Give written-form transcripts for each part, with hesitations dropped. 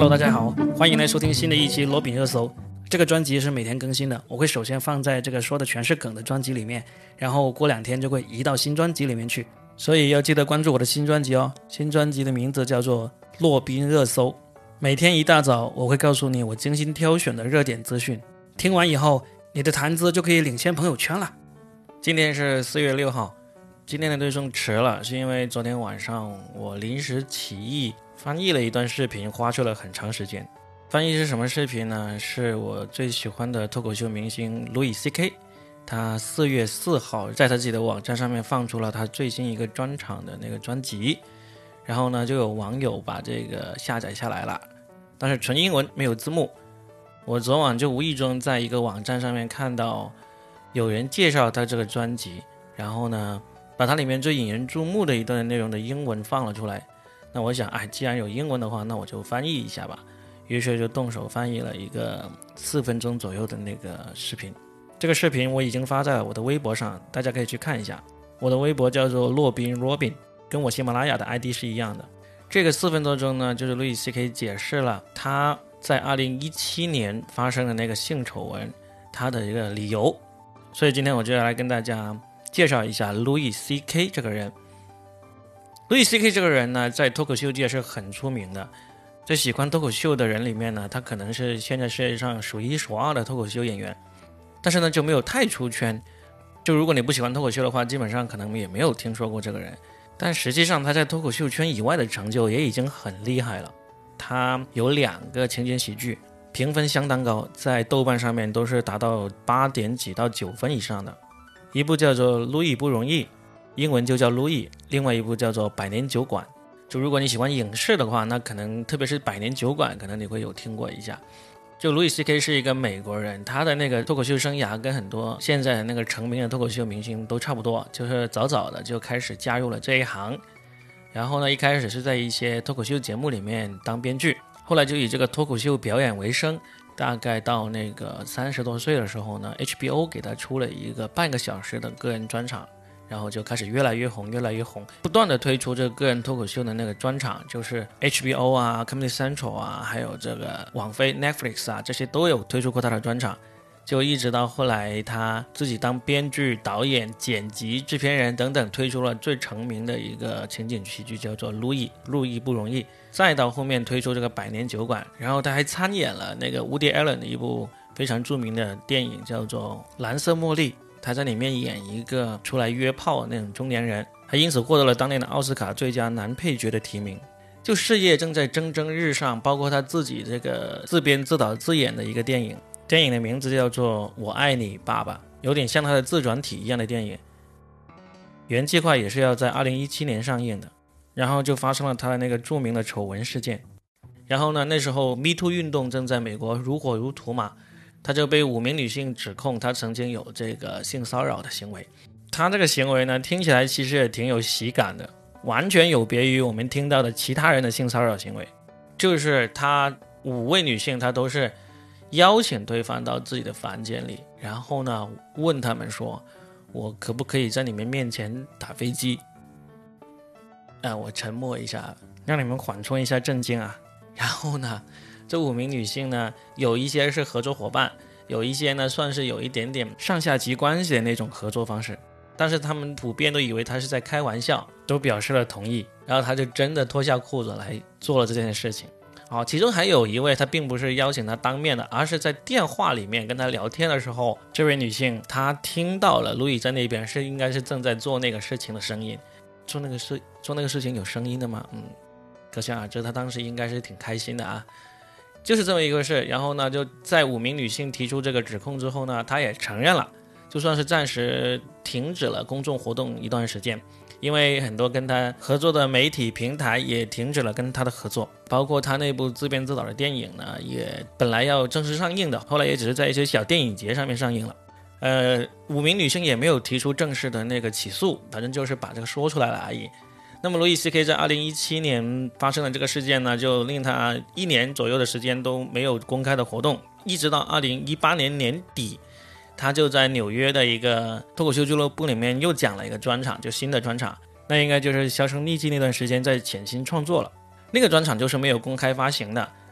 Hello， 大家好，欢迎来收听新的一期罗宾热搜。这个专辑是每天更新的，我会首先放在这个说的全是梗的专辑里面，然后过2天就会移到新专辑里面去，所以要记得关注我的新专辑哦。新专辑的名字叫做洛宾热搜，每天一大早我会告诉你我精心挑选的热点资讯，听完以后你的谈资就可以领先朋友圈了。今天是4月6号，今天的推送迟了，是因为昨天晚上我临时起意翻译了一段视频，花去了很长时间。翻译是什么视频呢？是我最喜欢的脱口秀明星 Louis CK， 他4月4号在他自己的网站上面放出了他最新一个专场的那个专辑，然后呢就有网友把这个下载下来了，但是纯英文没有字幕。我昨晚就无意中在一个网站上面看到有人介绍他这个专辑，然后呢把它里面最引人注目的一段内容的英文放了出来。那我想，既然有英文的话，那我就翻译一下吧。于是就动手翻译了一个4分钟左右的那个视频。这个视频我已经发在了我的微博上，大家可以去看一下。我的微博叫做洛宾 Robin， 跟我喜马拉雅的 ID 是一样的。这个4分多钟呢，就是 Louis CK 解释了他在2017年发生的那个性丑闻，他的一个理由。所以今天我就要来跟大家介绍一下 Louis CK 这个人。Louis CK 这个人呢，在脱口秀界是很出名的，在喜欢脱口秀的人里面呢，他可能是现在世界上数1数2的脱口秀演员，但是呢就没有太出圈。就如果你不喜欢脱口秀的话，基本上可能也没有听说过这个人。但实际上他在脱口秀圈以外的成就也已经很厉害了。他有2个情景喜剧，评分相当高，在豆瓣上面都是达到8点几到9分以上的。一部叫做《路易不容易》，英文就叫路易，另外一部叫做《百年酒馆》。就如果你喜欢影视的话，那可能特别是《百年酒馆》可能你会有听过一下。就 Louis CK 是一个美国人，他的那个脱口秀生涯跟很多现在的那个成名的脱口秀明星都差不多，就是早早的就开始加入了这一行。然后呢，一开始是在一些脱口秀节目里面当编剧，后来就以这个脱口秀表演为生。大概到那个30多岁的时候呢， HBO 给他出了一个半个小时的个人专场，然后就开始越来越红，不断的推出这个个人脱口秀的那个专场，就是 HBO 啊 Comedy Central 啊，还有这个网飞 Netflix 啊，这些都有推出过他的专场。就一直到后来他自己当编剧、导演、剪辑、制片人等等，推出了最成名的一个情景喜剧叫做路易不容易，再到后面推出这个百年酒馆，然后他还参演了那个 Woody Allen 的一部非常著名的电影叫做蓝色茉莉，他在里面演一个出来约炮的那种中年人，还因此获得了当年的奥斯卡最佳男配角的提名。就事业正在蒸蒸日上，包括他自己这个自编自导自演的一个电影的名字叫做《我爱你爸爸》，有点像他的自传体一样的电影。原计划也是要在2017年上映的，然后就发生了他的那个著名的丑闻事件。然后呢，那时候 Me Too 运动正在美国如火如荼嘛，他就被5名女性指控他曾经有这个性骚扰的行为。他这个行为呢，听起来其实也挺有喜感的，完全有别于我们听到的其他人的性骚扰行为。就是他5位女性，他都是邀请对方到自己的房间里，然后呢问他们说，我可不可以在你们面前打飞机？我沉默一下，让你们缓冲一下震惊啊。然后呢，这5名女性呢，有一些是合作伙伴，有一些呢算是有一点点上下级关系的那种合作方式，但是他们普遍都以为他是在开玩笑，都表示了同意，然后他就真的脱下裤子来做了这件事情。其中还有一位，他并不是邀请他当面的，而是在电话里面跟他聊天的时候，这位女性她听到了路易在那边应该是正在做那个事情的声音。做那个事情有声音的吗？可想而知他当时应该是挺开心的啊。就是这么一个事。然后呢，就在5名女性提出这个指控之后呢，他也承认了，就算是暂时停止了公众活动一段时间。因为很多跟他合作的媒体平台也停止了跟他的合作，包括他那部自编自导的电影呢，也本来要正式上映的，后来也只是在一些小电影节上面上映了。5名女性也没有提出正式的那个起诉，反正就是把这个说出来了而已。那么 Louis CK 在2017年发生的这个事件呢，就令他1年左右的时间都没有公开的活动，一直到2018年年底，他就在纽约的一个脱口秀俱乐部里面又讲了一个专场，就新的专场，那应该就是销声匿迹那段时间在潜心创作了。那个专场就是没有公开发行的，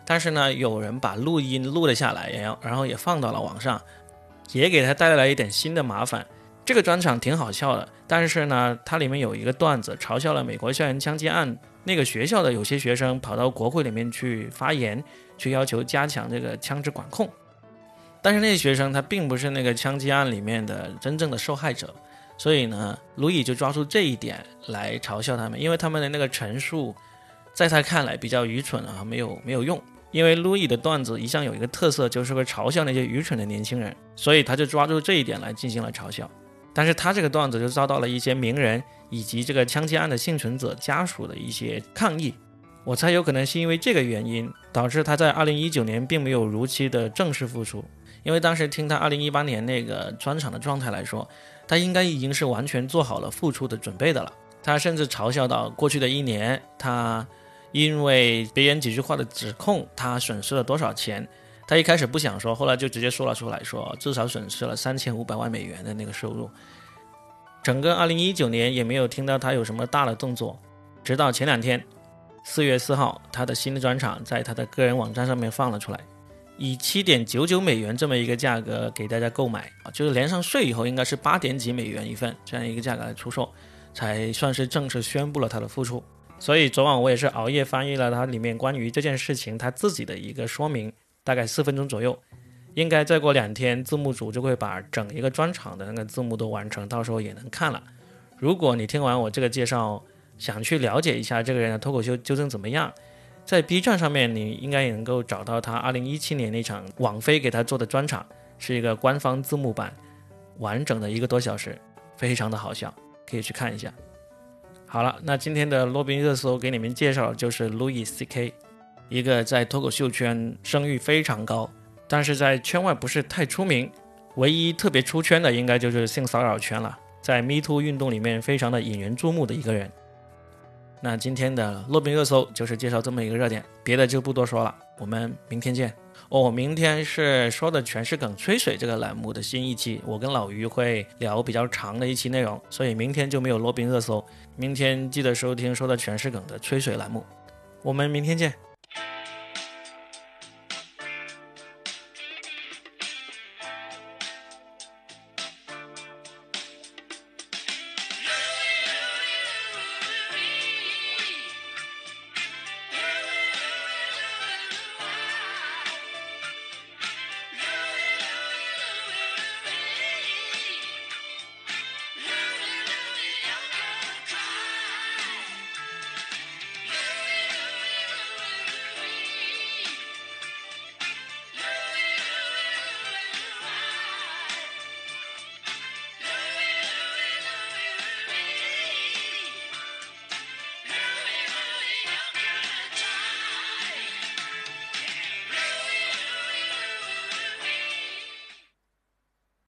但是呢，有人把录音录了下来，然后也放到了网上，也给他带来了一点新的麻烦。这个专场挺好笑的，但是呢，它里面有一个段子嘲笑了美国校园枪击案，那个学校的有些学生跑到国会里面去发言，去要求加强这个枪支管控。但是那些学生他并不是那个枪击案里面的真正的受害者，所以呢，路易就抓住这一点来嘲笑他们，因为他们的那个陈述在他看来比较愚蠢啊，没有用。因为路易的段子一向有一个特色，就是会嘲笑那些愚蠢的年轻人，所以他就抓住这一点来进行了嘲笑。但是他这个段子就遭到了一些名人以及这个枪击案的幸存者家属的一些抗议。我猜有可能是因为这个原因，导致他在2019年并没有如期的正式复出。因为当时听他2018年那个专场的状态来说，他应该已经是完全做好了复出的准备的了。他甚至嘲笑到过去的一年，他因为别人几句话的指控，他损失了多少钱。他一开始不想说，后来就直接说了出来，说至少损失了3500万美元的那个收入。整个2019年也没有听到他有什么大的动作，直到前2天4月4号，他的新的专场在他的个人网站上面放了出来，以7.99美元这么一个价格给大家购买，就是连上税以后应该是8点几美元一份这样一个价格来出售，才算是正式宣布了他的复出。所以昨晚我也是熬夜翻译了他里面关于这件事情他自己的一个说明，大概4分钟左右。应该再过2天字幕组就会把整一个专场的那个字幕都完成，到时候也能看了。如果你听完我这个介绍想去了解一下这个人的脱口秀究竟怎么样，在 B 站上面你应该也能够找到他2017年那场网飞给他做的专场，是一个官方字幕版，完整的1个多小时，非常的好笑，可以去看一下。好了，那今天的罗宾热搜给你们介绍的就是 Louis CK， 一个在脱口秀圈声誉非常高，但是在圈外不是太出名，唯一特别出圈的应该就是性骚扰圈了，在 MeToo 运动里面非常的引人注目的一个人。那今天的罗宾热搜就是介绍这么一个热点，别的就不多说了，我们明天见。明天是说的全是梗吹水这个栏目的新一期，我跟老于会聊比较长的一期内容，所以明天就没有罗宾热搜，明天记得收听说的全是梗的吹水栏目，我们明天见。